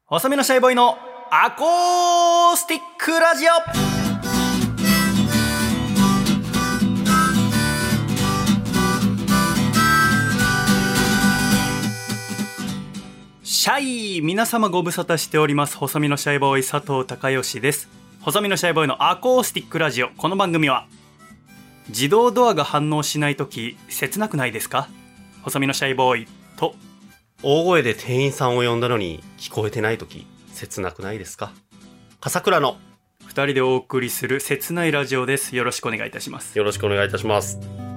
細身のシャイボーイのアコースティックラジオ。シャイ、皆様ご無沙汰しております。細身のシャイボーイ佐藤孝義です。細身のシャイボーイのアコースティックラジオ。この番組は自動ドアが反応しないとき切なくないですか？細身のシャイボーイと大声で店員さんを呼んだのに聞こえてないとき切なくないですか？笠倉の 2人でお送りする切ないラジオです。よろしくお願いいたします。 よろしくお願いいたします。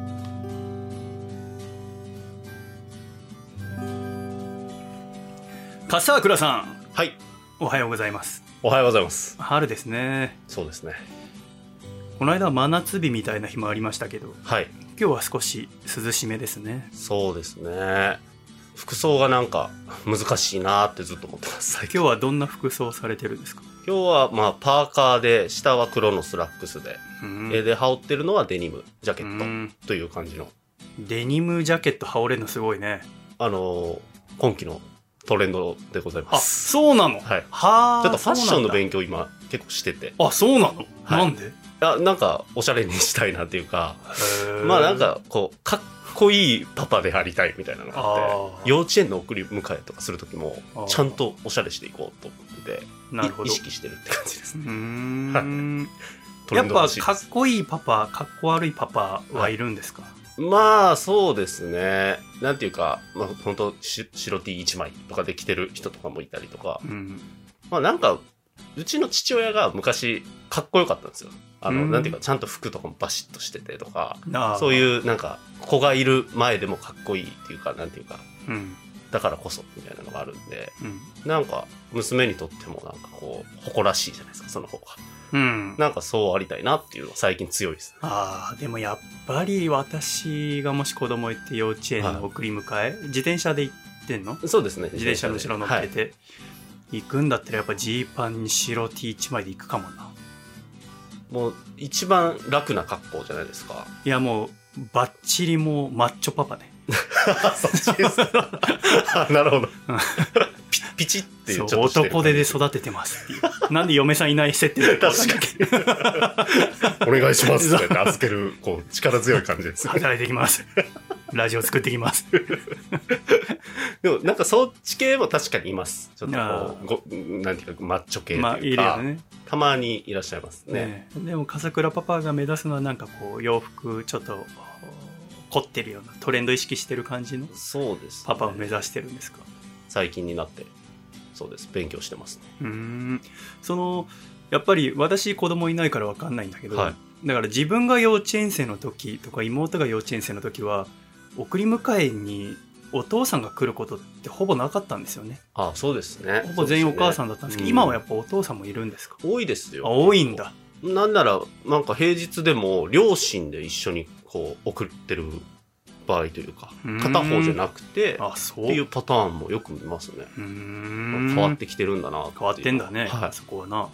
笠倉さん、 はい、 おはようございます。 おはようございます。 春ですね。 そうですね。 この間は真夏日みたいな日もありましたけど、 はい、 今日は少し涼しめですね。 そうですね。服装がなんか難しいなってずっと思ってます。 今日はどんな服装されてるんですか？ 今日はパーカーで下は黒のスラックスで、で羽織ってるのはデニムジャケットという感じの。 デニムジャケット羽織れるのすごいね。 今期のトレンドでございます。 あ、そうなの。 はい。 はちょっとファッションの勉強今結構してて。 あ、そうなの、 はい、 なんで？ なんかおしゃれにしたいなっていうか、なんかこうかっこいいパパでありたいみたいなのがあって、幼稚園の送り迎えとかする時もちゃんとおしゃれしていこうと思ってて、 なるほど、 意識してるって感じですね。 やっぱかっこいいパパ、かっこ悪いパパはいるんですか？ まあそうですね。なんていうか、本当白 T 1枚とかで着てる人とかもいたりとか、なんかうちの父親が昔かっこよかったんですよ。なんていうかちゃんと服とかもバシッとしててとか、そういうなんか子がいる前でもかっこいいっていうか、なんていうか、だからこそみたいなのがあるんで、なんか娘にとってもなんかこう誇らしいじゃないですか、その方が。なんかそうありたいなっていうのは最近強いです。 でもやっぱり私がもし子供行って幼稚園の送り迎え、自転車で行ってんの？そうですね。自転車の後ろ乗っけて、行くんだったらやっぱジーパンに白 T1 枚で行くかもな。 もう一番楽な格好じゃないですか。 いやもうバッチリもうマッチョパパね。 そっちです。なるほど。ピチっていう、 そう男手で育ててますっていう。なんで嫁さんいない設定だったかに。お願いしますって預けるこう力強い感じです。 働いてきます。ラジオ作ってきます。 でもなんかそっち系も確かにいます。ちょっとこうなんていうかマッチョ系というか、 いるよね。 たまにいらっしゃいますね。 でも笠倉パパが目指すのはなんかこう洋服ちょっと凝ってるようなトレンド意識してる感じのそうです、 パパを目指してるんですか？ 最近になってそうです、勉強してますね。 やっぱり私子供いないから分かんないんだけど、だから自分が幼稚園生の時とか妹が幼稚園生の時は送り迎えにお父さんが来ることってほぼなかったんですよね。 そうですね。 ほぼ全員お母さんだったんですけど、今はやっぱお父さんもいるんですか？ 多いですよ。 多いんだ。 なんならなんか平日でも両親で一緒にこう送ってる場合というか、片方じゃなくてっていうパターンもよく見ますね。変わってきてるんだなっていう。 変わってんだね、そこはな。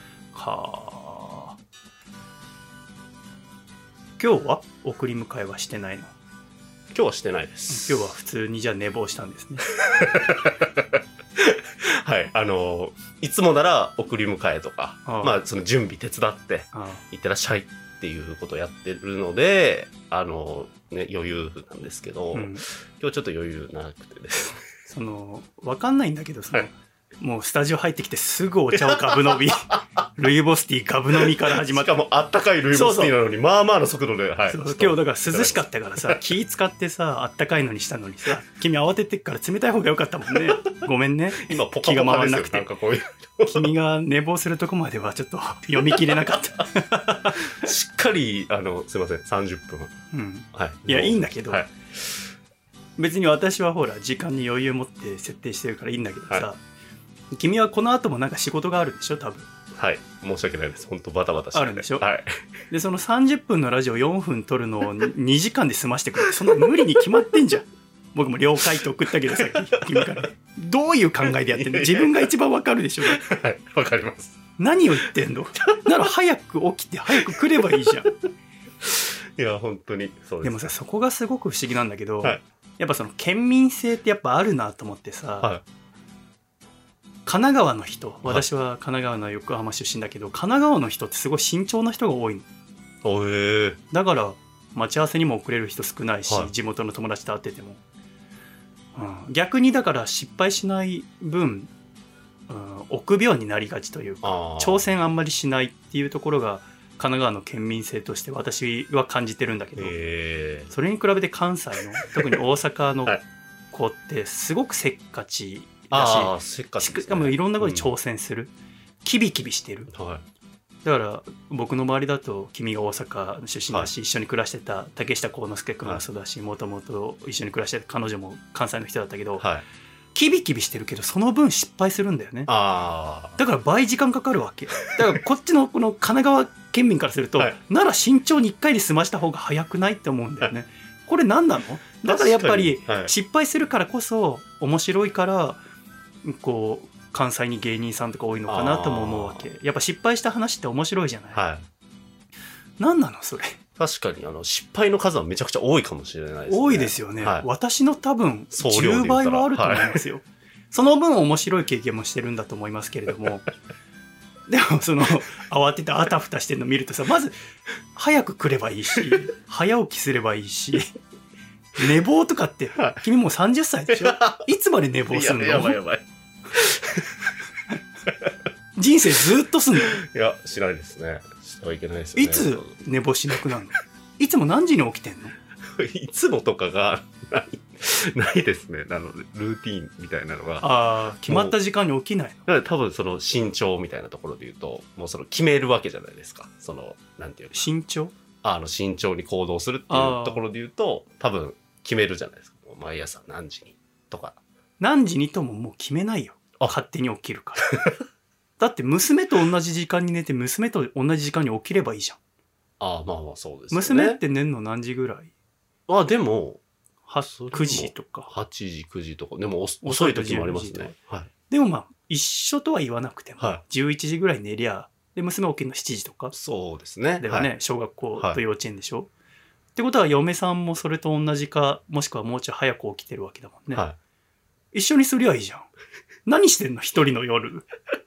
今日は送り迎えはしてないの？ 今日はしてないです。 今日は普通にじゃあ寝坊したんですね。 はい、いつもなら送り迎えとか、その準備手伝っていってらっしゃいっていうことをやってるので、余裕なんですけど、今日ちょっと余裕なくてですね。 分かんないんだけどもうスタジオ入ってきてすぐお茶をガブ飲みルイボスティーガブ飲みから始まって、 しかもあったかいルイボスティーなのにまあまあの速度で、 今日だから涼しかったからさ気使ってさあったかいのにしたのにさ、君慌ててっから冷たい方が良かったもんね。ごめんね。 今ポカポカですよ。なんかこういう君が寝坊するとこまではちょっと読み切れなかったしっかりすいません30分、 いやいいんだけど、別に私はほら時間に余裕持って設定してるからいいんだけどさ、君はこの後もなんか仕事があるでしょ多分。 申し訳ないです。本当バタバタしてあるんでしょ。でその30分のラジオ4分撮るのを2時間で済ましてくれて、そんな無理に決まってんじゃん。僕も了解って送ったけどさ君からどういう考えでやってんの？自分が一番わかるでしょ。 わかります。 何を言ってんの？なら早く起きて早く来ればいいじゃん。 いや本当にそうです。 でもさそこがすごく不思議なんだけど、やっぱその県民性ってやっぱあるなと思ってさ、 神奈川の人、私は神奈川の横浜出身だけど、神奈川の人ってすごい慎重な人が多いの。だから待ち合わせにも遅れる人少ないし、地元の友達と会ってても、逆にだから失敗しない分、臆病になりがちというか、挑戦あんまりしないっていうところが神奈川の県民性として私は感じてるんだけど、それに比べて関西の特に大阪の子ってすごくせっかちだし、しかもいろんなことに挑戦する、キビキビしてる、だから僕の周りだと君が大阪の出身だし、一緒に暮らしてた竹下幸之助君もそうだし、もともと一緒に暮らしてた彼女も関西の人だったけど、キビキビしてるけどその分失敗するんだよね。だから倍時間かかるわけだからこっちのこの神奈川県民からすると、なら慎重に1回で済ました方が早くないって思うんだよね。これ何なの？だからやっぱり失敗するからこそ面白いから、こう関西に芸人さんとか多いのかなとも思うわけ。やっぱ失敗した話って面白いじゃない、何なのそれ。 確かに失敗の数はめちゃくちゃ多いかもしれないですね。 多いですよね、私の多分10倍はあると思いますよ、その分面白い経験もしてるんだと思いますけれどもでも慌ててあたふたしてるの見るとさ、まず早く来ればいいし早起きすればいいし、寝坊とかって、君もう30歳でしょいつまで寝坊するの？ やばい人生ずっとすんの？いや、しないですね。してはいけないですよね。 いつ寝坊しなくなるの？いつも何時に起きてんの？ いつもとかがないですね。ルーティーンみたいなのが。 決まった時間に起きないの？多分身長みたいなところで言うと、もう決めるわけじゃないですか。なんていうの？ 身長？ 慎重に行動するっていうところで言うと、多分決めるじゃないですか。毎朝何時にとか。 何時にとももう決めないよ。勝手に起きるからだって娘と同じ時間に寝て娘と同じ時間に起きればいいじゃん。 まあそうですね。 娘って寝るの何時ぐらい？ でも 9時とか 8時9時とかでも遅い時もありますね。 でも一緒とは言わなくても、11時ぐらい寝りゃで娘起きるの7時とか。 そうですね。 ではね、小学校と幼稚園でしょ、ってことは嫁さんもそれと同じか、もしくはもうちょい早く起きてるわけだもんね。一緒にすりゃいいじゃん。何してんの一人の夜。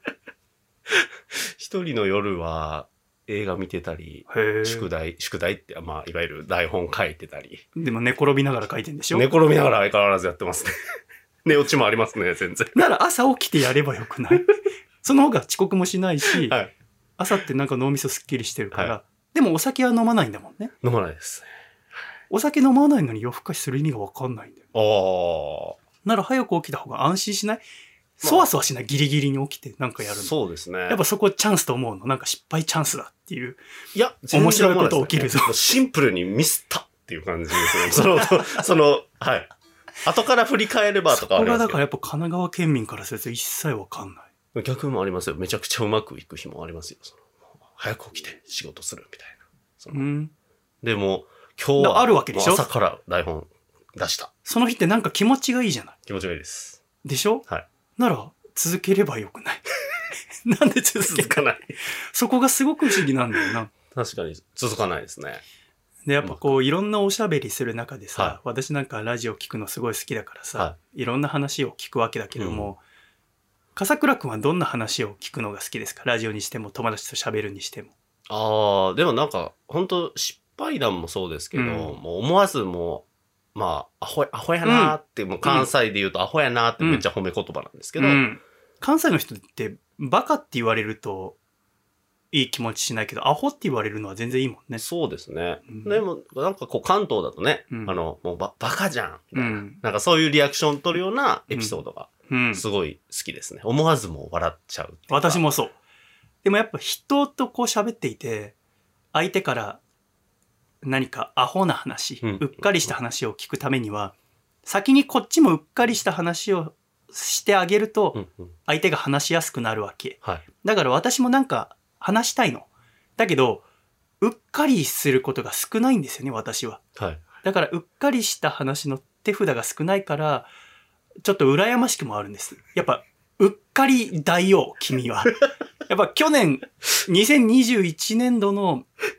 一人の夜は映画見てたり、宿題って、いわゆる台本書いてたり。 でも寝転びながら書いてんでしょ？ 寝転びながら相変わらずやってますね。寝落ちもありますね、全然。 なら朝起きてやればよくない？その方が遅刻もしないし、朝ってなんか脳みそすっきりしてるから、でもお酒は飲まないんだもんね。 飲まないですね。 お酒飲まないのに夜更かしする意味が分かんないんだよ。なら早く起きた方が安心しない？そわそわしない？ギリギリに起きてなんかやるの。 そうですね。 やっぱそこチャンスと思うの？なんか失敗チャンスだっていう。 いや、 面白いこと起きるぞ。 シンプルにミスったっていう感じですね。後から振り返ればとかありますけど。そこがだからやっぱ神奈川県民からすると一切わかんない。 逆もありますよ。めちゃくちゃうまくいく日もありますよ。早く起きて仕事するみたいな。でも今日はあるわけでしょ？ 朝から台本出した。 その日ってなんか気持ちがいいじゃない？ 気持ちがいいです。 でしょ？なら続ければよくない？なんで続かない？そこがすごく不思議なんだよな。 確かに続かないですね。 でやっぱいろんなおしゃべりする中でさ、私なんかラジオ聞くのすごい好きだからさ、いろんな話を聞くわけだけども、笠倉くんはどんな話を聞くのが好きですか？ラジオにしても友達としゃべるにしても。 でもなんか本当失敗談もそうですけど、もう思わずもうアホやなーって、もう関西で言うとアホやなーってめっちゃ褒め言葉なんですけど、 関西の人ってバカって言われるといい気持ちしないけど、アホって言われるのは全然いいもんね。 そうですね。でもなんか関東だとね、もうバカじゃんみたいな、なんかそういうリアクション取るようなエピソードがすごい好きですね。思わずも笑っちゃう。 私もそう。でもやっぱ人と喋っていて、相手から何かアホな話、うっかりした話を聞くためには、先にこっちもうっかりした話をしてあげると、相手が話しやすくなるわけ。だから私もなんか話したいの。だけど、うっかりすることが少ないんですよね、私は。だからうっかりした話の手札が少ないから、ちょっと羨ましくもあるんです。やっぱ、うっかり大王、君は。やっぱ去年、2021年度の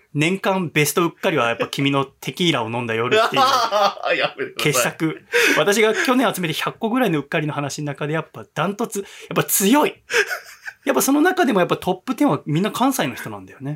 年間ベストうっかりはやっぱ君のテキーラを飲んだ夜っていうやめてください。 傑作。私が去年集めて100個ぐらいのうっかりの話の中でやっぱダントツ、やっぱ強い。やっぱその中でもやっぱトップ10はみんな関西の人なんだよね。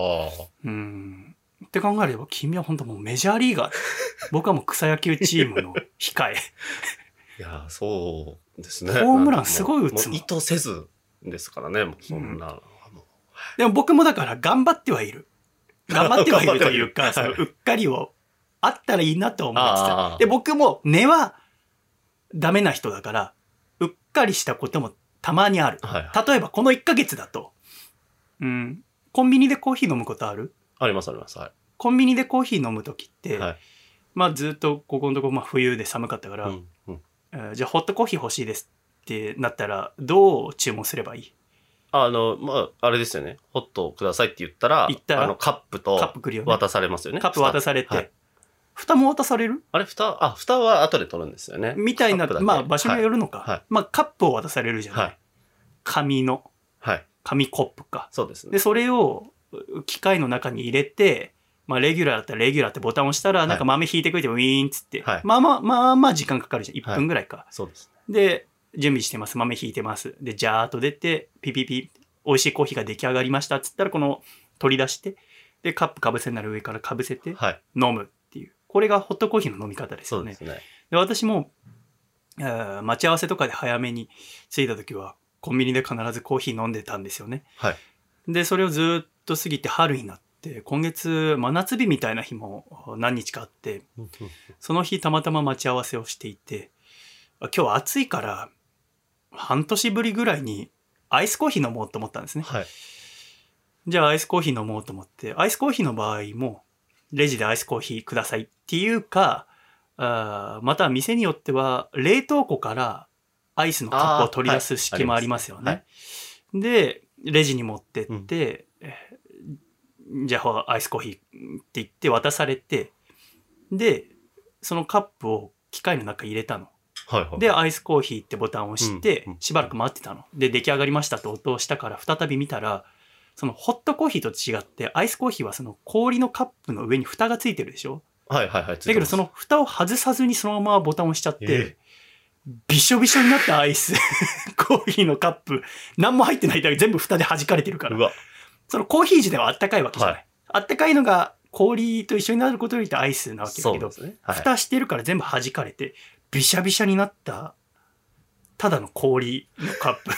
って考えれば君は本当もうメジャーリーガー。僕はもう草野球チームの控え。 いや、そうですね。 ホームランすごい打つの。 もう意図せずですからね、もうそんな。 でも僕もだから頑張ってはいる。頑張ってはいるというか、そのうっかりをあったらいいなと思ってた。で、僕も根はダメな人だから、うっかりしたこともたまにある。例えばこの1ヶ月だと、コンビニでコーヒー飲むことある？ あります、あります。はい。 コンビニでコーヒー飲むときって、まあずっとここのとこ冬で寒かったから、じゃあホットコーヒー欲しいですってなったら、どう注文すればいい？ まあ、あれですよね。ホットくださいって言ったら、カップと渡されますよね。 カップ渡されて、蓋も渡される？ あれ、蓋は後で取るんですよね。 みたいな、まあ場所によるのか。まあカップを渡されるじゃない。紙の。紙コップか。 そうですね。 で、それを機械の中に入れて、まあレギュラーだったらレギュラーってボタンを押したら、なんか豆引いてくれてウィーンっつって、まあ時間かかるじゃん。1分ぐらいか。 そうですね。で、準備してます。豆引いてます。で、ジャーっと出て、ピピピ、美味しいコーヒーが出来上がりましたっつったら、この取り出して、で、カップかぶせなら上からかぶせて、飲むっていう。これがホットコーヒーの飲み方ですよね。 そうですね。 で、私も、待ち合わせとかで早めに着いた時は、コンビニで必ずコーヒー飲んでたんですよね。で、それをずっと過ぎて春になって、今月真夏日みたいな日も何日かあって、その日たまたま待ち合わせをしていて、今日は暑いから、半年ぶりぐらいにアイスコーヒー飲もうと思ったんですね。じゃあアイスコーヒー飲もうと思って、アイスコーヒーの場合も、レジでアイスコーヒーくださいっていうか、または店によっては、冷凍庫からアイスのカップを取り出す式もありますよね。で、レジに持ってって、じゃあアイスコーヒーって言って渡されて、で、そのカップを機械の中に入れたの。で、アイスコーヒーってボタンを押して、しばらく待ってたの。で、出来上がりましたって音をしたから、再び見たら、そのホットコーヒーと違って、アイスコーヒーはその氷のカップの上に蓋がついてるでしょ？だけどその蓋を外さずにそのままボタンを押しちゃって、びしょびしょになったアイス、コーヒーのカップ、何も入ってないだけ全部蓋で弾かれてるから。そのコーヒー自体はあったかいわけじゃない。あったかいのが氷と一緒になることによってアイスなわけだけど、蓋してるから全部弾かれて、びしゃびしゃになった、ただの氷のカップ。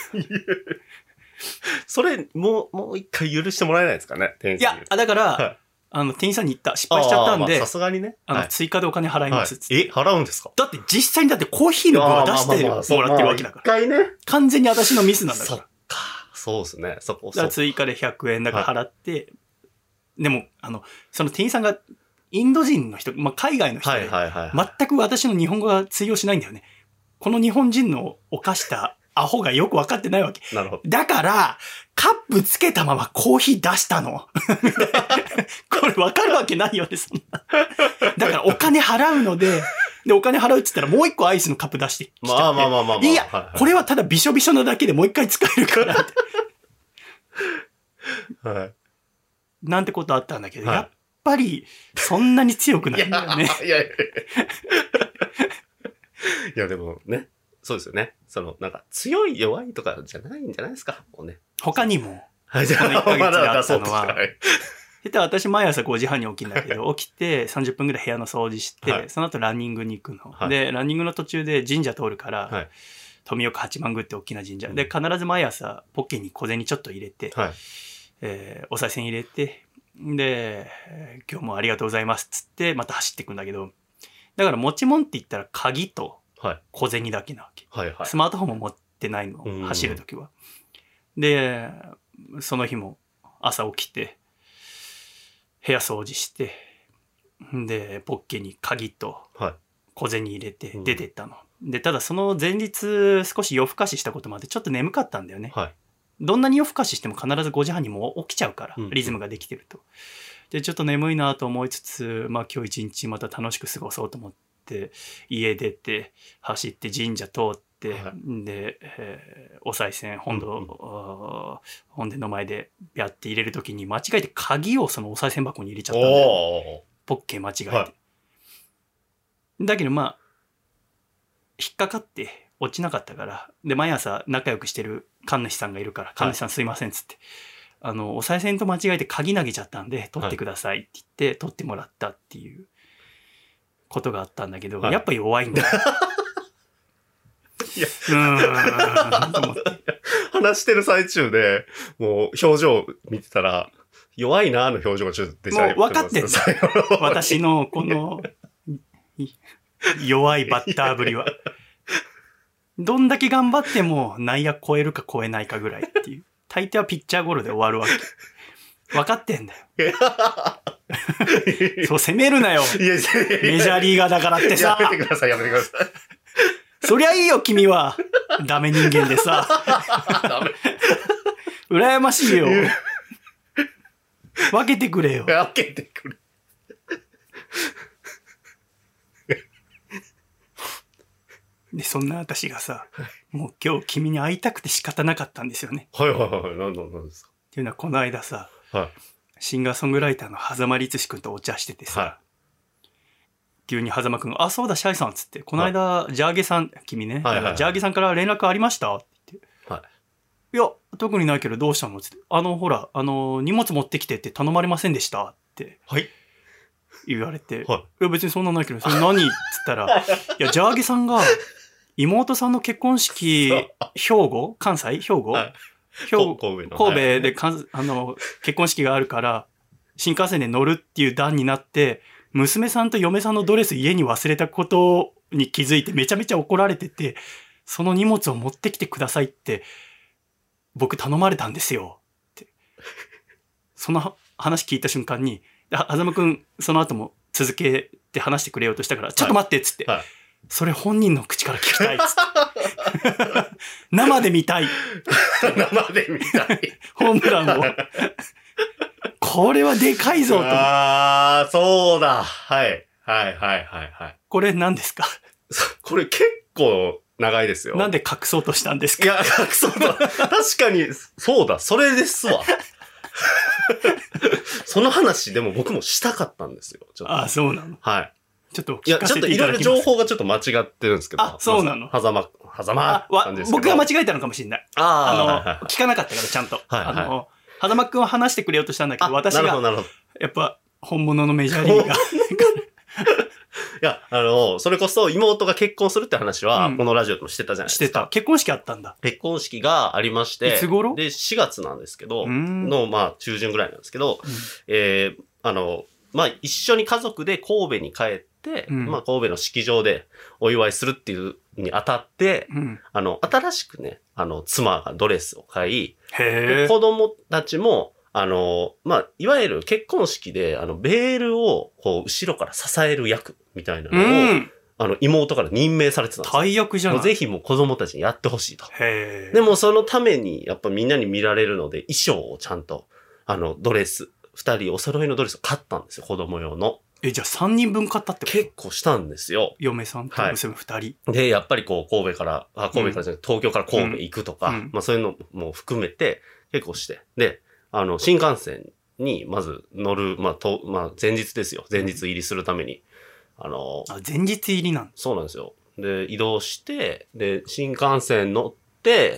それ、もう一回許してもらえないですかね、店員さんに。 いや、だから、店員さんに言った。失敗しちゃったんで、 さすがにね。 追加でお金払いますっつって。 払うんですか？ だって実際にコーヒーの分は出してもらってるわけだから。完全に私のミスなんだから。そっか。 そうですね。そこ。 だから追加で100円だから払って、でも、その店員さんがインド人の人、まあ、海外の人で、全く私の日本語が通用しないんだよね。この日本人の犯したアホがよく分かってないわけ。 なるほど。 だから、カップつけたままコーヒー出したの。これ分かるわけないよね、そんな。だからお金払うので、お金払うって言ったらもう一個アイスのカップ出してきちゃって。いや、これはただびしょびしょなだけでもう一回使えるからって。なんてことあったんだけど、やっぱりそんなに強くないんだよね。 いやでもね、そうですよね。なんか強い弱いとかじゃないんじゃないですか、もうね。 他にも、この1ヶ月あったのは、下手私毎朝5時半に起きるんだけど、起きて30分ぐらい部屋の掃除して、その後ランニングに行くの。で、ランニングの途中で神社通るから、富岡八幡宮って大きな神社。で、必ず毎朝ポッケに小銭ちょっと入れて、お賽銭入れて、で、今日もありがとうございますっつってまた走っていくんだけど、だから持ち物って言ったら鍵と小銭だけなわけ。スマートフォンも持ってないの、走るときは。で、その日も朝起きて、部屋掃除して、で、ポッケに鍵と小銭入れて出てったの。で、ただその前日少し夜更かししたこともあってちょっと眠かったんだよね。どんなに夜更かししても必ず5時半にもう起きちゃうから、リズムができてると。で、ちょっと眠いなと思いつつ、まあ今日一日また楽しく過ごそうと思って、家出て、走って神社通っ 、で、お賽銭本殿の前でビャって入れるときに間違えて鍵をそのお賽銭箱に入れちゃったんだよ。ポッケ間違えて。はい、だけどまあ、引っかかって落ちなかったから、で、毎朝仲良くしてる神主さんがいるから、神主さんすいませんっつって、お賽銭と間違えて鍵投げちゃったんで、取ってくださいって言って、取ってもらったっていうことがあったんだけど、やっぱ弱いんだよ。 いや、話してる最中で、もう表情見てたら、弱いなーの表情がちょっと出ちゃう。 もう分かってんだ。私のこの弱いバッターぶりは。どんだけ頑張っても内野超えるか超えないかぐらいっていう。大抵はピッチャーゴロで終わるわけ。分かってんだよ。そう攻めるなよ。メジャーリーガーだからってさ。 やめてください、やめてください。 そりゃいいよ、君は。ダメ人間でさ。 ダメ。 羨ましいよ。分けてくれよ。 分けてくれ。 で、そんな私がさ、もう今日君に会いたくて仕方なかったんですよね。 はいはいはい。なんですか。 っていうのはこの間さ、 はい、 シンガーソングライターの狭間律史くんとお茶しててさ、はい、急に狭間くんが、あ、そうだ、シャイさんっつって、この間、はい、ジャーゲさん、君ね、はいはいはい、ジャーゲさんから連絡ありましたって言って、はい、いや、特にないけどどうしたのっつって、ほら、荷物持ってきてって頼まれませんでしたって。はい。言われて、はい、いや別にそんなないけど、それ何っつったら、いや、ジャーゲさんが、妹さんの結婚式、兵庫関西兵庫、はい、神戸で結婚式があるから、新幹線で乗るっていう段になって、娘さんと嫁さんのドレス家に忘れたことに気づいてめちゃめちゃ怒られてて、その荷物を持ってきてくださいって、僕頼まれたんですよ。って。その話聞いた瞬間に、狭間くん、その後も続けて話してくれようとしたから、ちょっと待ってっつって。はいはい、それ本人の口から聞きたいっつって。生で見たい。 生で見たい。 ホームランを。これはでかいぞと。 ああ、そうだ。はい。はいはいはいはい。 これ何ですか？ これ結構長いですよ。 なんで隠そうとしたんですか？ いや、隠そうと。確かに、そうだ。それですわ。その話でも僕もしたかったんですよ。ちょっとああ、そうなの。 はい。 ちょっと聞かせていただきます。 いろいろ情報がちょっと間違ってるんですけど。 あ、そうなの。 狭間感じですけど。 僕が間違えたのかもしれない。聞かなかったからちゃんと。狭間くんは話してくれようとしたんだけど、私が、やっぱ本物のメジャーリーガー。 いや、それこそ妹が結婚するって話は、このラジオでもしてたじゃないですか。 してた。結婚式あったんだ。 結婚式がありまして。 いつ頃？ で、4月なんですけど、の、まあ、中旬ぐらいなんですけど、まあ、一緒に家族で神戸に帰って、まあ、神戸の式場でお祝いするっていうにあたって、新しくね、妻がドレスを買い、子供たちも、まあ、いわゆる結婚式で、ベールを、こう、後ろから支える役みたいなのを、妹から任命されてたんですよ。 大役じゃない。 もうぜひもう子供たちにやってほしいと。でもそのために、やっぱみんなに見られるので、衣装をちゃんと、ドレス、2人お揃いのドレスを買ったんですよ、子供用の。 じゃあ3人分買ったってこと？ 結構したんですよ。 嫁さんと娘2 人。で、やっぱりこう、神戸からじゃなくて東京から神戸行くとか、まあそういうのも含めて、結構して。で、新幹線にまず乗る、まあ前日ですよ。前日入りするために。 前日入りなん？ そうなんですよ。で、移動して、で、新幹線乗って、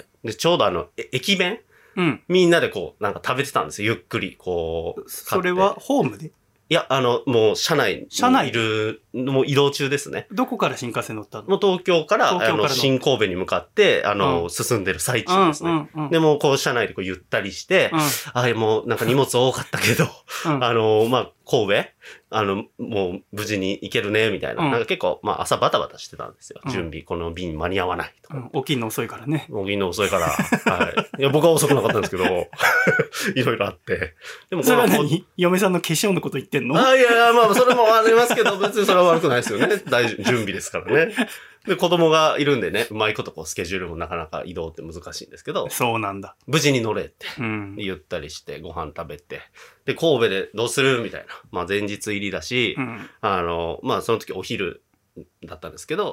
で、ちょうど駅弁みんなでこう、なんか食べてたんですよ。ゆっくり、こう。 それはホームで？ いや、もう、車内にいる、もう移動中ですね。 どこから新幹線乗ったの？ もう東京から、新神戸に向かって、進んでる最中ですね。でも、こう、車内でこう、ゆったりして、もう、なんか荷物多かったけど、まあ、神戸もう無事に行けるね、みたいな。なんか結構、まあ朝バタバタしてたんですよ。準備、この便間に合わないとか。 起きるの遅いからね。 起きるの遅いから。はい。いや、僕は遅くなかったんですけど、いろいろあって。 でもそれは何？嫁さんの化粧のこと言ってんの？ いや、まあ、それもありますけど、別にそれは悪くないですよね。準備ですからね。で、子供がいるんでね、うまいことこう、スケジュールもなかなか移動って難しいんですけど。 そうなんだ。 無事に乗れって、言ったりして、ご飯食べて。で、神戸でどうするみたいな。まあ、前日入りだし、まあ、その時お昼だったんですけど、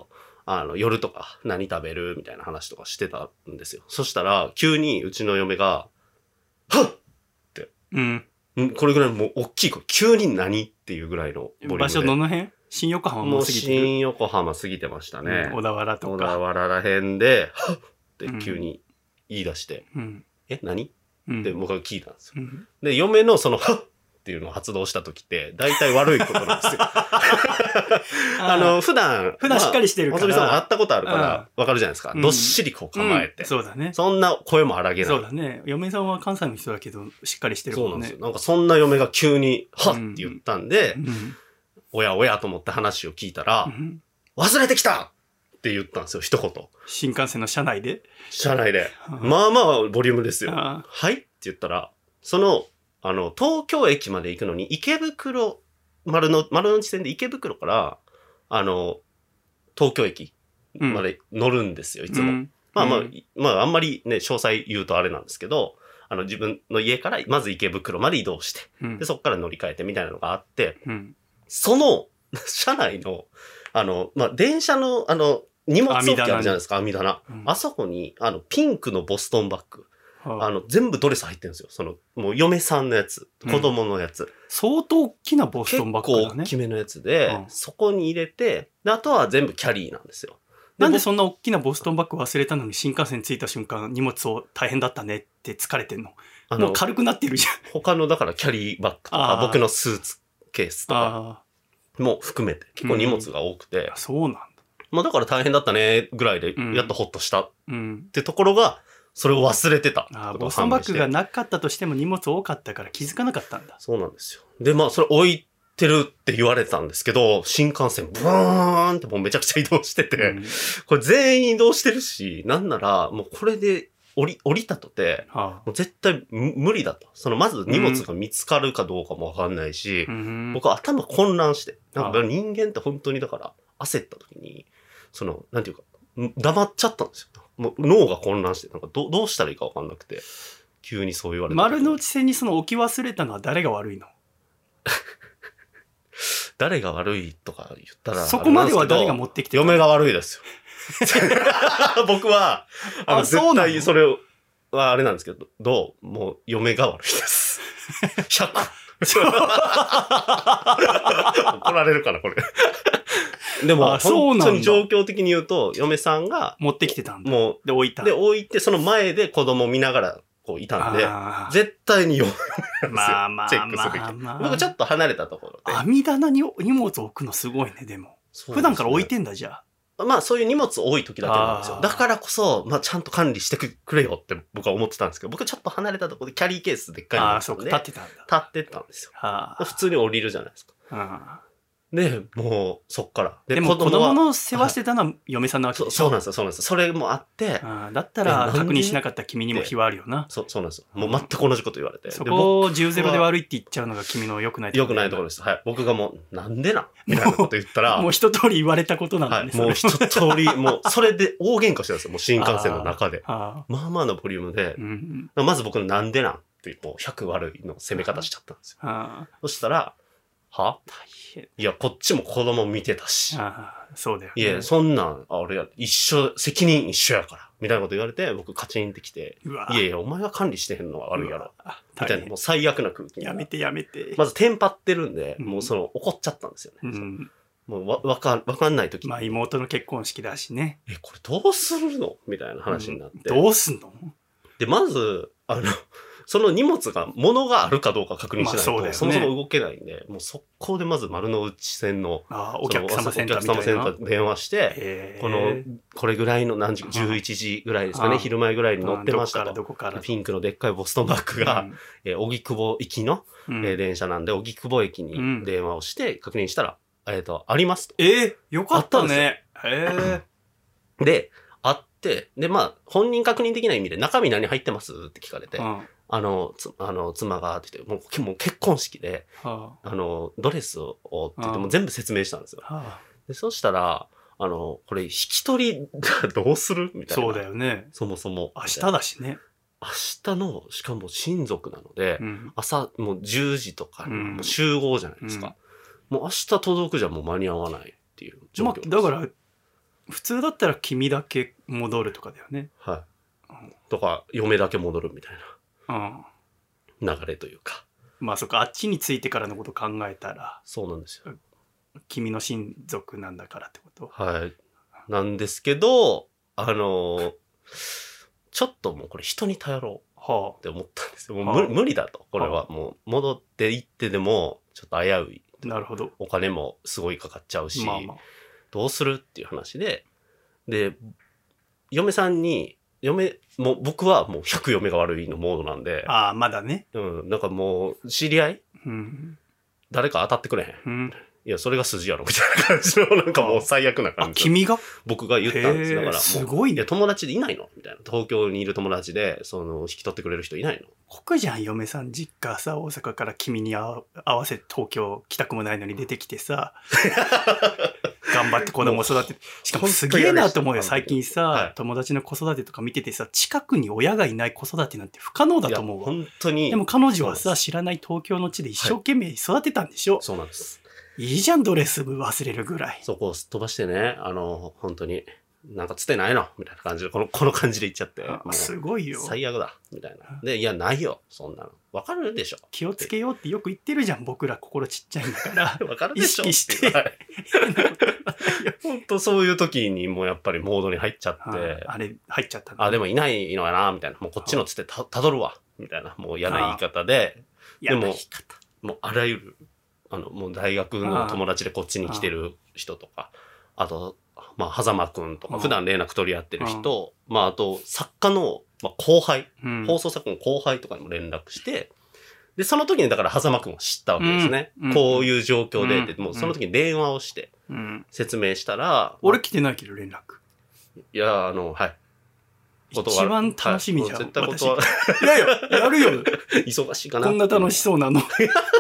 夜とか何食べるみたいな話とかしてたんですよ。そしたら、急にうちの嫁が、はっって、これぐらいもう大きい声、急に何っていうぐらいのボリュームで。 場所どの辺？新横浜も過ぎてる？ もう新横浜過ぎてましたね。 小田原とか。 小田原らへんで、はっって急に言い出して、何って僕が聞いたんですよ。で、嫁のその、はっっていうのを発動した時って、大体悪いことなんですよ。普段しっかりしてるから。 細見さんも会ったことあるから、わかるじゃないですか。どっしりこう構えて。 そうだね。 そんな声も荒げない。 そうだね。嫁さんは関西の人だけど、しっかりしてるもんね。 そうなんですよ。なんかそんな嫁が急に、はっって言ったんで、おやおやと思って話を聞いたら、忘れてきたって言ったんですよ、一言。 新幹線の車内で？ 車内で。まあまあボリュームですよ。はいって言ったら、東京駅まで行くのに、池袋、丸の内線で池袋から、東京駅まで乗るんですよ、いつも。まあ、あんまりね、詳細言うとあれなんですけど、自分の家からまず池袋まで移動して、で、そこから乗り換えてみたいなのがあって、その、車内の、電車の、荷物置きあるじゃないですか、網棚。あそこに、ピンクのボストンバッグ。全部ドレス入ってるんですよ。もう嫁さんのやつ、子供のやつ。 相当大きなボストンバッグだね。 結構大きめのやつで、そこに入れて、で、あとは全部キャリーなんですよ。 なんでそんな大きなボストンバッグ忘れたのに新幹線着いた瞬間荷物を大変だったねって疲れてんの？もう軽くなってるじゃん。 他のだからキャリーバッグとか、僕のスーツケースとかも含めて結構荷物が多くて。 そうなんだ。 まあだから大変だったねぐらいでやっとホッとしたってところが、それを忘れてた。 ボストンバッグがなかったとしても荷物多かったから気づかなかったんだ。 そうなんですよ。で、まあそれ置いてるって言われたんですけど、新幹線ブーンってもうめちゃくちゃ移動してて、これ全員移動してるし、なんならもうこれで降りたとて、もう絶対無理だと。まず荷物が見つかるかどうかもわかんないし、僕は頭混乱して、なんか人間って本当にだから焦った時に、なんていうか、黙っちゃったんですよ。もう脳が混乱して、なんかどうしたらいいかわかんなくて、急にそう言われて。 丸の内線に置き忘れたのは誰が悪いの？ 誰が悪いとか言ったら、 そこまでは誰が持ってきてた？ 嫁が悪いですよ。僕は、絶対それはあれなんですけど、もう嫁が悪いです。100。怒られるかな、これ。でも、本当に状況的に言うと、嫁さんが持ってきてたんだ。 もう、 で、置いた。 で、置いて、その前で子供見ながら、こう、いたんで、絶対に嫁なんですよ。チェックすべき。僕ちょっと離れたところで。 網棚に荷物置くのすごいね、でも。普段から置いてんだ、じゃあ。まあ、そういう荷物多い時だけなんですよ。だからこそ、まあ、ちゃんと管理してくれよって僕は思ってたんですけど、僕ちょっと離れたところでキャリーケースでっかいのがあったんで。立ってたんだ。 立ってたんですよ。普通に降りるじゃないですか。で、もう、そっから。 でも子供の世話してたのは嫁さんなわけでしょ。 そうなんですよ、そうなんですよ。それもあって。 だったら確認しなかった君にも非はあるよな。 そうなんですよ。もう全く同じこと言われて。 そこを10-0で悪いって言っちゃうのが君の良くないところ。 良くないところです。はい。僕がもう、なんでなみたいなこと言ったら。 もう一通り言われたことなんだね。 もう一通り、もう、それで大喧嘩してるんですよ。もう新幹線の中で。まあまあのボリュームで。まず僕のなんでなんってもう100悪いの攻め方しちゃったんですよ。そしたら、大変。いや、こっちも子供見てたし。 そうだよ、 いや、そんなん、責任一緒やから。みたいなこと言われて、僕カチンってきて。いやいや、お前が管理してへんのは悪いやろ。みたいな、もう最悪な空気。 やめて。 まずテンパってるんで、もう怒っちゃったんですよね。もうわかんない時。 まあ妹の結婚式だしね。 これどうするのみたいな話になって。 どうすんの？ で、まず、その荷物が、物があるかどうか確認しないと、そもそも動けないんで、もう速攻でまず丸の内線の、 お客様センターに電話して、これぐらいの何時、11時ぐらいですかね、昼前ぐらいに乗ってましたと。ピンクのでっかいボストンバッグが、荻窪行きの電車なんで、荻窪駅に電話をして確認したら、ありますと。 よかったね。 で、あって、で、まあ、本人確認的な意味で、中身何入ってますって聞かれて、妻が、って言って、もう結婚式で、ドレスをって言っても全部説明したんですよ。でそしたら、これ、引き取りがどうするみたいな。 そうだよね。 そもそも。 明日だしね。 明日の、しかも親族なので、朝もう10時とか、もう集合じゃないですか。もう明日届くじゃもう間に合わないっていう状況です。 だから、 普通だったら君だけ戻るとかだよね。 はい。とか、嫁だけ戻るみたいな流れというか。 まあそっか、あっちに着いてからのこと考えたら。 そうなんですよ。 君の親族なんだからってこと。 はい。なんですけど、ちょっともうこれ人に頼ろうって思ったんですよ。もう無理だと。これはもう戻っていってでもちょっと危うい。 なるほど。 お金もすごいかかっちゃうし、どうするっていう話で、嫁さんに、もう僕はもう100嫁が悪いのモードなんで。 ああ、まだね。 なんかもう知り合い、誰か当たってくれへん。いや、それが筋やろ、みたいな感じの、なんかもう最悪な感じ。 君が僕が言ったんです。だからもう。 すごいね。 友達でいないのみたいな。東京にいる友達で、引き取ってくれる人いないの？ 酷じゃん、嫁さん実家さ、大阪から君に合わせて東京来たくもないのに出てきてさ、頑張って子供育てて。しかもすげえなと思うよ。最近さ、友達の子育てとか見ててさ、近くに親がいない子育てなんて不可能だと思うわ。 本当に。 でも彼女はさ、知らない東京の地で一生懸命育てたんでしょ？ そうなんです。 いいじゃん、ドレス忘れるぐらい。 そこをすっ飛ばしてね、本当に、なんかつてないのみたいな感じで、この感じで言っちゃって。 すごいよ。 最悪だみたいな。で、いや、ないよ、そんなの。わかるでしょ。 気をつけようってよく言ってるじゃん、僕ら心ちっちゃいんだから。 わかるでしょ。 意識して。 本当そういう時にもうやっぱりモードに入っちゃって。 あれ、入っちゃったでもいないのやな、みたいな。もうこっちのつってたどるわ、みたいな。もう嫌な言い方で。でも、もうあらゆる、もう大学の友達でこっちに来てる人とか、あと、まあ、狭間くんとか、普段連絡取り合ってる人、まあ、あと、作家の、後輩、放送作家の後輩とかにも連絡して、で、その時にだから狭間くんを知ったわけですね。こういう状況で、もうその時に電話をして、説明したら、 俺来てないけど連絡。 いや、はい。 一番楽しみじゃん。 絶対断る。 いやいや、やるよ。 忙しいかな。 こんな楽しそうなの。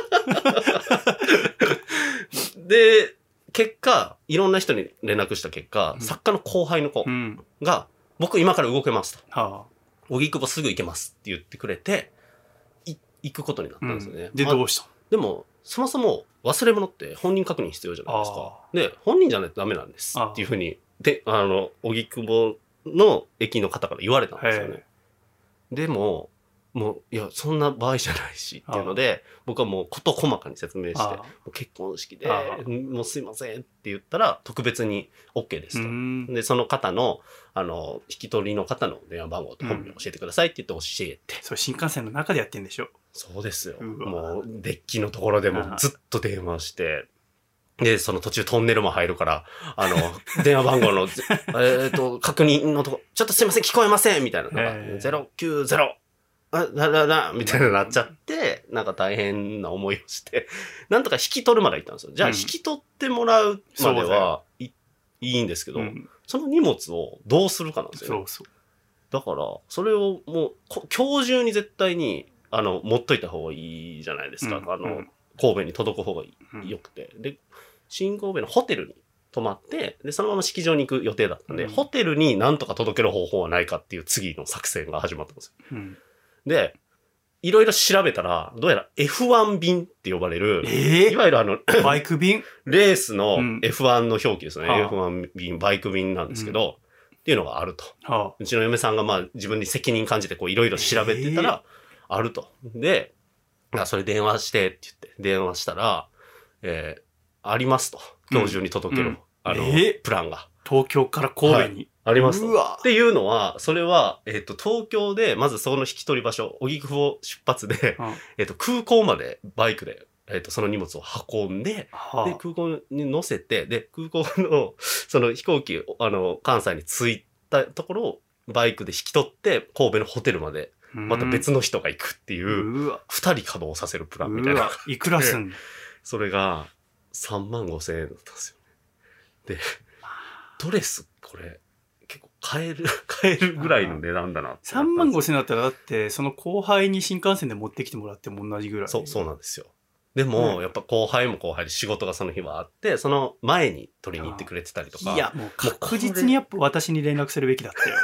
で、結果、いろんな人に連絡した結果、作家の後輩の子が、僕今から動けますと。荻窪すぐ行けますって言ってくれて、行くことになったんですよね。 で、どうしたの？ でも、そもそも忘れ物って本人確認必要じゃないですか。で、本人じゃないとダメなんですっていうふうに、で、荻窪の駅の方から言われたんですよね。でも、もう、いや、そんな場合じゃないし、っていうので、僕はもう事細かに説明して、もう結婚式で、もうすいませんって言ったら、特別に OK ですと。で、その方の、引き取りの方の電話番号と本名教えてくださいって言って教えて。 それ新幹線の中でやってんでしょ？ そうですよ。もう、デッキのところでもずっと電話して、で、その途中トンネルも入るから、電話番号の、確認のとこ、ちょっとすいません、聞こえませんみたいなのが、090、みたいななっちゃって、なんか大変な思いをして、なんとか引き取るまで行ったんですよ。じゃあ引き取ってもらうまではいいんですけど、その荷物をどうするかなんですよね。だから、それをもう、今日中に絶対に、持っといた方がいいじゃないですか。神戸に届く方が良くて。で、新神戸のホテルに泊まって、で、そのまま式場に行く予定だったんで、ホテルになんとか届ける方法はないかっていう次の作戦が始まったんですよ。で、いろいろ調べたら、どうやら F1 便って呼ばれる、いわゆるバイク便レースの F1 の表記ですね。F1 便、バイク便なんですけど、っていうのがあると。うちの嫁さんがまあ自分に責任感じてこういろいろ調べてたら、あると。で、それ電話してって言って、電話したら、ありますと。今日中に届ける、プランが。 東京から神戸に。 ありますと。っていうのは、それは、東京で、まずその引き取り場所、荻窪出発で、空港までバイクで、その荷物を運んで、で、空港に乗せて、で、空港の、その飛行機、関西に着いたところを、バイクで引き取って、神戸のホテルまで、また別の人が行くっていう、二人稼働させるプランみたいな。 いくらすんの？ それが、35,000円だったんですよ。で、ドレス、これ、結構買えるぐらいの値段だな。 35,000円だったら、だって、その後輩に新幹線で持ってきてもらっても同じぐらい。 そうなんですよ。でも、やっぱ後輩も後輩で仕事がその日はあって、その前に取りに行ってくれてたりとか。 いや、もう確実にやっぱ私に連絡するべきだったよ。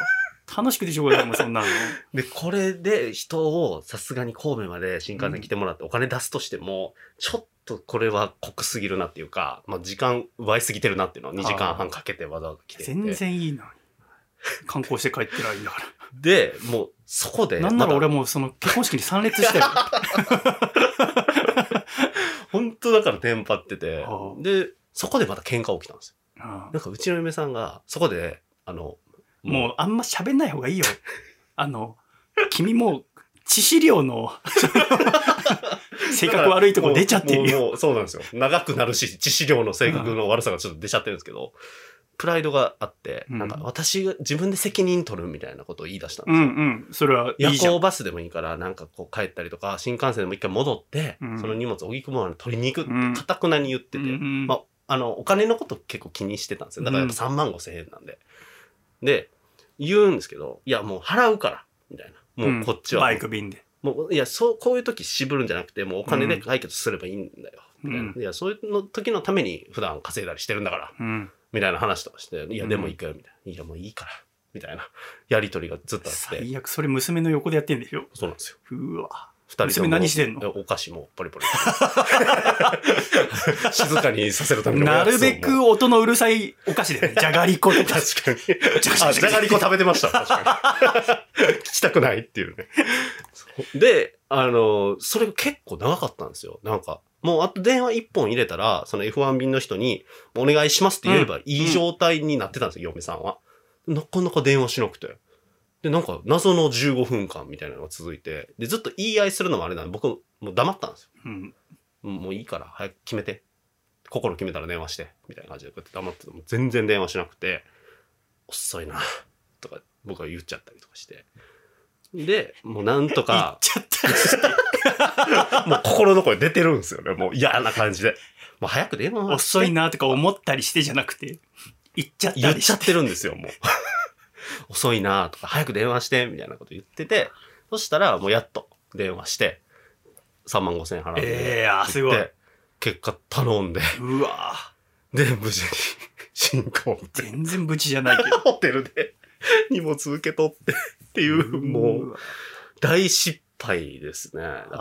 楽しくてしょうがないもん、そんなの。 で、これで人をさすがに神戸まで新幹線来てもらってお金出すとしても、ちょっとこれは濃くすぎるなっていうか、まあ、時間奪いすぎてるなっていうのを2時間半かけてわざわざ来てて。 全然いいな。観光して帰ってないんだから。 で、もうそこで。 なんなら俺もうその結婚式に参列してる。 本当だからテンパってて。で、そこでまた喧嘩起きたんですよ。なんかうちの嫁さんが、そこで、 もうあんま喋んない方がいいよ。君も致死量の性格悪いとこ出ちゃってるよ。 もうそうなんですよ。長くなるし、致死量の性格の悪さがちょっと出ちゃってるんですけど、プライドがあって、なんか私が自分で責任取るみたいなことを言い出したんですよ。 うんうん。それはいいじゃん。 夜行バスでもいいから、なんかこう帰ったりとか、新幹線でも一回戻って、その荷物を荻窪まで取りに行くって、固くなに言ってて、まあ、お金のこと結構気にしてたんですよ。だからやっぱ3万5千円なんで。で、言うんですけど、いやもう払うから、みたいな。もうこっちは。 バイク便で。 もう、いや、こういう時渋るんじゃなくて、もうお金で解決すればいいんだよ。みたいな。いや、そういうの時のために普段稼いだりしてるんだから。みたいな話とかして、いや、でもいいかよ、みたいな。いや、もういいから。みたいな。やりとりがずっとあって。 最悪、それ娘の横でやってんでしょ？ そうなんですよ。 うわ。 二人娘何してんの？ お菓子もポリポリ。静かにさせるためのなるべく音のうるさいお菓子で、ね、じゃがりことか。 確かに。じゃがりこ食べてました。確かに。聞きたくないっていうね。で、それが結構長かったんですよ。なんか、もうあと電話1本入れたら、その F1 便の人にお願いしますって言えばいい状態になってたんですよ、嫁さんは。なかなか電話しなくて。で、なんか謎の15分間みたいなのが続いて、で、ずっと言い合いするのもあれなんで、僕もう黙ったんですよ。もういいから早く決めて。心決めたら電話して。みたいな感じでこうやって黙ってても全然電話しなくて、遅いな、とか僕は言っちゃったりとかして。で、もうなんとか。 言っちゃったりもう心の声出てるんですよね。もう嫌な感じで。もう早く電話して。 遅いなとか思ったりしてじゃなくて、言っちゃったりして。 言っちゃってるんですよ、もう。遅いなとか、早く電話して、みたいなこと言ってて、そしたらもうやっと電話して、3万5千円払って。 すごい。 結果頼んで。 うわで、無事に新神戸。 全然無事じゃないけど。 ホテルで荷物受け取ってっていう、もう、大失敗ですね。だから、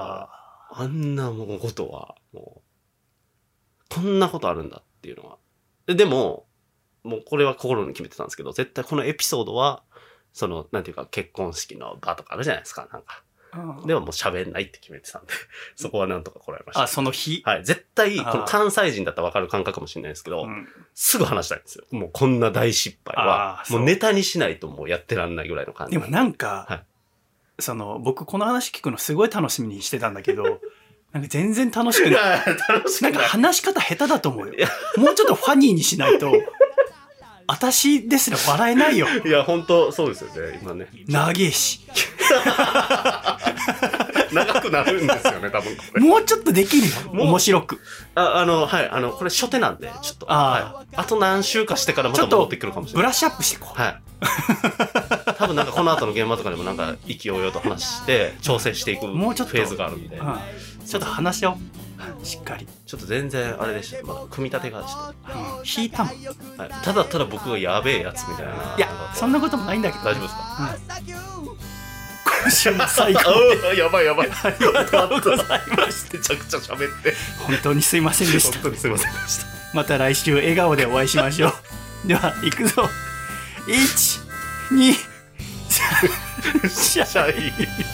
あんなもことは、もう、こんなことあるんだっていうのは。でも、もうこれは心に決めてたんですけど、絶対このエピソードは、その、なんていうか結婚式の場とかあるじゃないですか、なんか。でももう喋んないって決めてたんで、そこはなんとかこらえました。 その日？ はい。絶対、この関西人だったらわかる感覚かもしれないですけど、すぐ話したいんですよ。もうこんな大失敗は、もうネタにしないともうやってらんないぐらいの感じ。 でもなんか、僕この話聞くのすごい楽しみにしてたんだけど、なんか全然楽しくない。なんか話し方下手だと思うよ。もうちょっとファニーにしないと、私ですら笑えないよ。 いや、本当そうですよね、今ね。 長えし。 長くなるんですよね、多分これ。 もうちょっとできるよ。面白く。 はい、これ初手なんで、ちょっと。あと何週かしてからまた戻ってくるかもしれない。 ブラッシュアップしていこう。 はい。多分なんかこの後の現場とかでもなんか意気揚々と話して、調整していくフェーズがあるんで。 ちょっと話し合おう。しっかり。 ちょっと全然あれでした。まだ組み立てがちょっと。 引いたもん。 ただただ僕がやべえやつみたいな。 いや、そんなこともないんだけど。 大丈夫ですか？ 今週も最後やばいやばい。 ありがとうございました。 めちゃくちゃ喋って。 本当にすいませんでした。 本当にすいませんでした。 また来週笑顔でお会いしましょう。では、行くぞ。1、2、3、シャイ。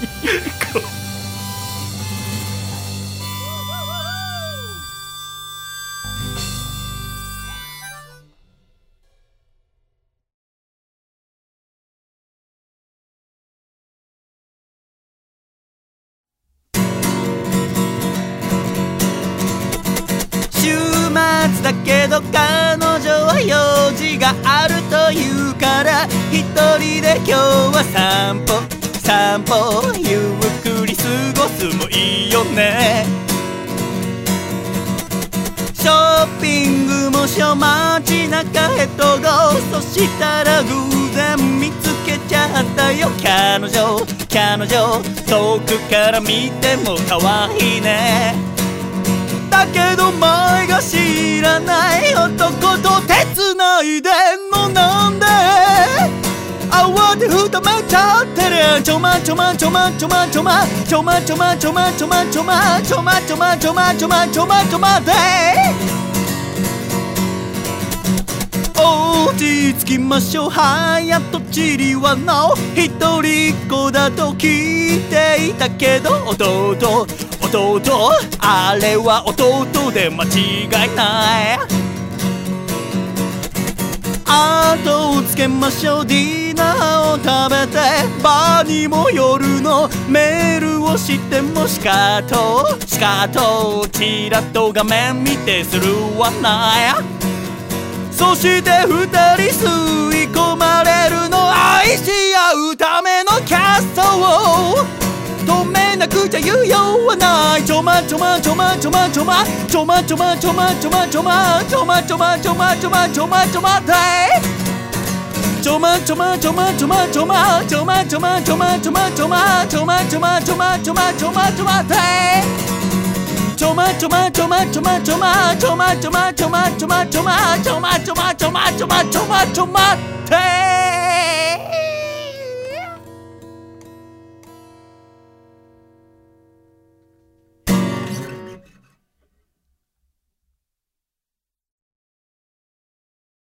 だけど彼女は用事があるというから一人で今日は散歩ゆっくり過ごすもいいよね。ショッピングもしょ街中へとゴー、そしたら偶然見つけちゃったよ彼女遠くから見ても可愛いね。だけど前が知らない男と手繋いでんのなんで慌てふためまちょまちょまちょまちょまちょまちょまちょまちょまちょまちょまちょまちょまちょまちょまちょまちょまで落ち着きましょう。はやとちりはなお一人っ子だと聞いていたけど、弟あれは弟で間違いない。後をつけましょう。ディナーを食べてバーにも夜のメールをしてもしかとちらっと画面見てするわない。そして二人吸い込まれるの。愛し合うためのキャストを止めなくちゃ言うよはない。ちょまちょまちょまちょまちょまちょまちょまちょまちょまちょまちょまちょまちょまちょまちょまちょまでちょまちょまちょまちょまちょまちょまちょまちょまちょまちょまちょまちょまちょまちょまちょまちょまでちょまちょまちょまちょまちょまちょまちょまちょまちょまちょまちょまちょまちょま